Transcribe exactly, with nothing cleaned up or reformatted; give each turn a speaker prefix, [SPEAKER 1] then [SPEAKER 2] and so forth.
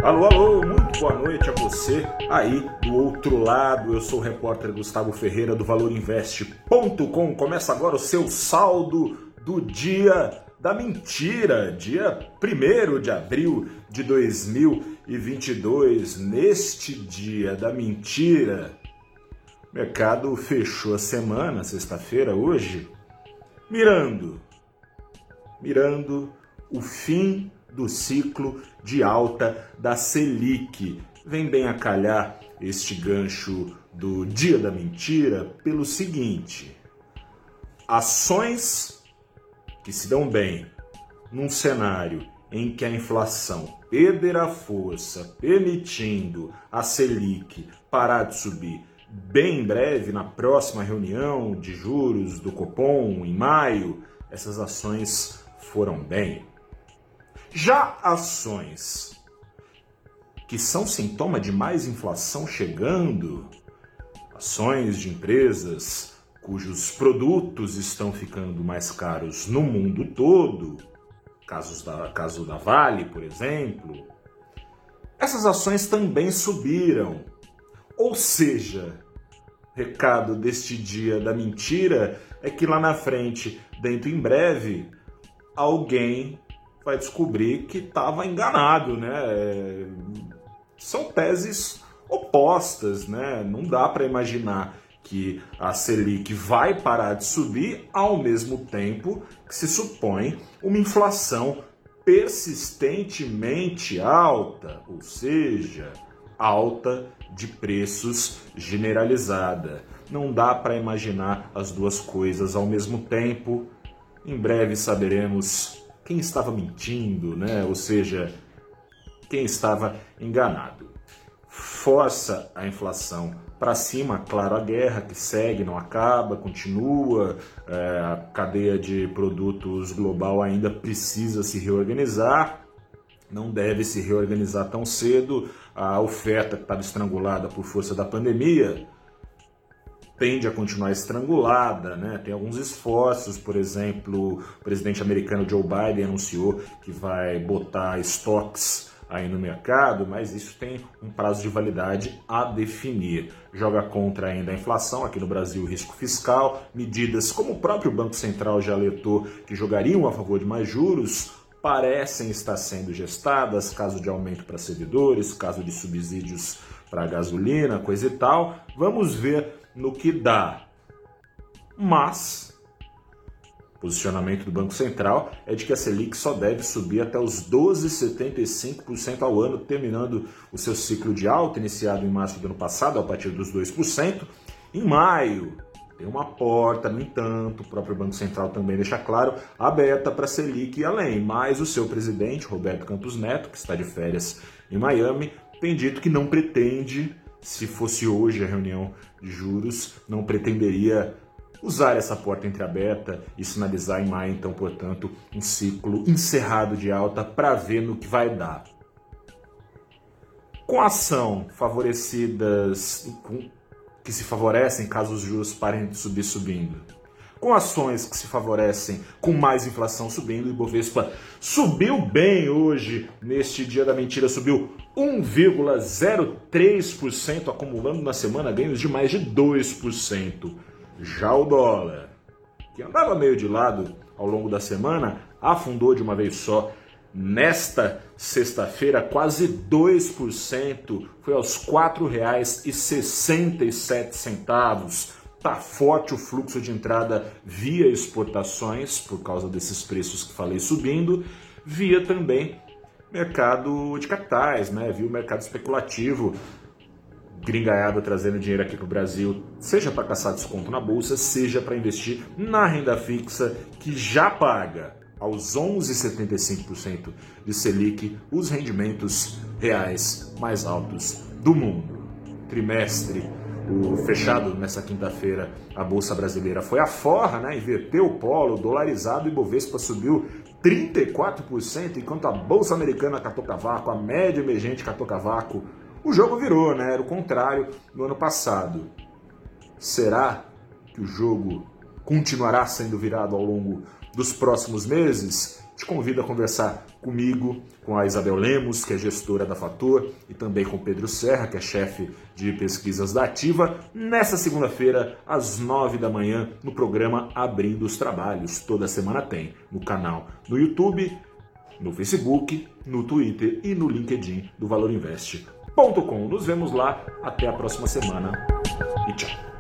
[SPEAKER 1] Alô, alô, muito boa noite a você aí do outro lado. Eu sou o repórter Gustavo Ferreira do valor invest ponto com. Começa agora o seu saldo do dia da mentira, dia primeiro de abril de dois mil e vinte e dois. Neste dia da mentira, o mercado fechou a semana, sexta-feira, hoje, mirando, mirando o fim do ciclo de alta da Selic. Vem bem a calhar este gancho do dia da mentira pelo seguinte: ações que se dão bem num cenário em que a inflação perderá força, permitindo a Selic parar de subir bem em breve, na próxima reunião de juros do Copom, em maio, essas ações foram bem. Já ações que são sintoma de mais inflação chegando, ações de empresas cujos produtos estão ficando mais caros no mundo todo, casos da, caso da Vale, por exemplo, essas ações também subiram. Ou seja, recado deste dia da mentira é que lá na frente, dentro em breve, alguém vai descobrir que estava enganado, né? São teses opostas, né? Não dá para imaginar que a Selic vai parar de subir ao mesmo tempo que se supõe uma inflação persistentemente alta, ou seja, alta de preços generalizada. Não dá para imaginar as duas coisas ao mesmo tempo. Em breve saberemos quem estava mentindo, né? Ou seja, quem estava enganado. Força a inflação para cima, claro, a guerra que segue, não acaba, continua, é, a cadeia de produtos global ainda precisa se reorganizar, não deve se reorganizar tão cedo, a oferta que estava estrangulada por força da pandemia tende a continuar estrangulada, né? Tem alguns esforços, por exemplo, o presidente americano Joe Biden anunciou que vai botar estoques aí no mercado, mas isso tem um prazo de validade a definir. Joga contra ainda a inflação, aqui no Brasil o risco fiscal, medidas como o próprio Banco Central já alertou que jogariam a favor de mais juros, parecem estar sendo gestadas, caso de aumento para servidores, caso de subsídios para gasolina, coisa e tal. Vamos ver no que dá. Mas o posicionamento do Banco Central é de que a Selic só deve subir até os doze vírgula setenta e cinco por cento ao ano, terminando o seu ciclo de alta, iniciado em março do ano passado, a partir dos dois por cento. Em maio, tem uma porta, no entanto, o próprio Banco Central também deixa claro, aberta para a Selic e além. Mas o seu presidente, Roberto Campos Neto, que está de férias em Miami, tem dito que não pretende, se fosse hoje a reunião de juros, não pretenderia usar essa porta entreaberta e sinalizar em maio, então, portanto, um ciclo encerrado de alta para ver no que vai dar. Com ação favorecidas, com, que se favorecem caso os juros parem de subir subindo, com ações que se favorecem com mais inflação subindo, o Ibovespa subiu bem hoje, neste dia da mentira, subiu um vírgula zero três por cento, acumulando na semana ganhos de mais de dois por cento. Já o dólar, que andava meio de lado ao longo da semana, afundou de uma vez só. Nesta sexta-feira, quase dois por cento, foi aos quatro reais e sessenta e sete centavos. Está forte o fluxo de entrada via exportações, por causa desses preços que falei subindo, via também mercado de capitais, né? Via o mercado especulativo, gringaiada trazendo dinheiro aqui para o Brasil, seja para caçar desconto na bolsa, seja para investir na renda fixa, que já paga aos onze vírgula setenta e cinco por cento de Selic os rendimentos reais mais altos do mundo. Trimestre o fechado nessa quinta-feira, a Bolsa Brasileira foi a forra, né? Inverteu o polo, dolarizado, e o Ibovespa subiu trinta e quatro por cento, enquanto a Bolsa Americana catou cavaco, a média emergente catou cavaco. O jogo virou, né? Era o contrário no ano passado. Será que o jogo continuará sendo virado ao longo dos próximos meses? te convido a conversar comigo, com a Isabel Lemos, que é gestora da Fator, e também com o Pedro Serra, que é chefe de pesquisas da Ativa, nessa segunda-feira, às nove da manhã, no programa Abrindo os Trabalhos. Toda semana tem no canal no YouTube, no Facebook, no Twitter e no LinkedIn do valor invest ponto com. Nos vemos lá, até a próxima semana e tchau.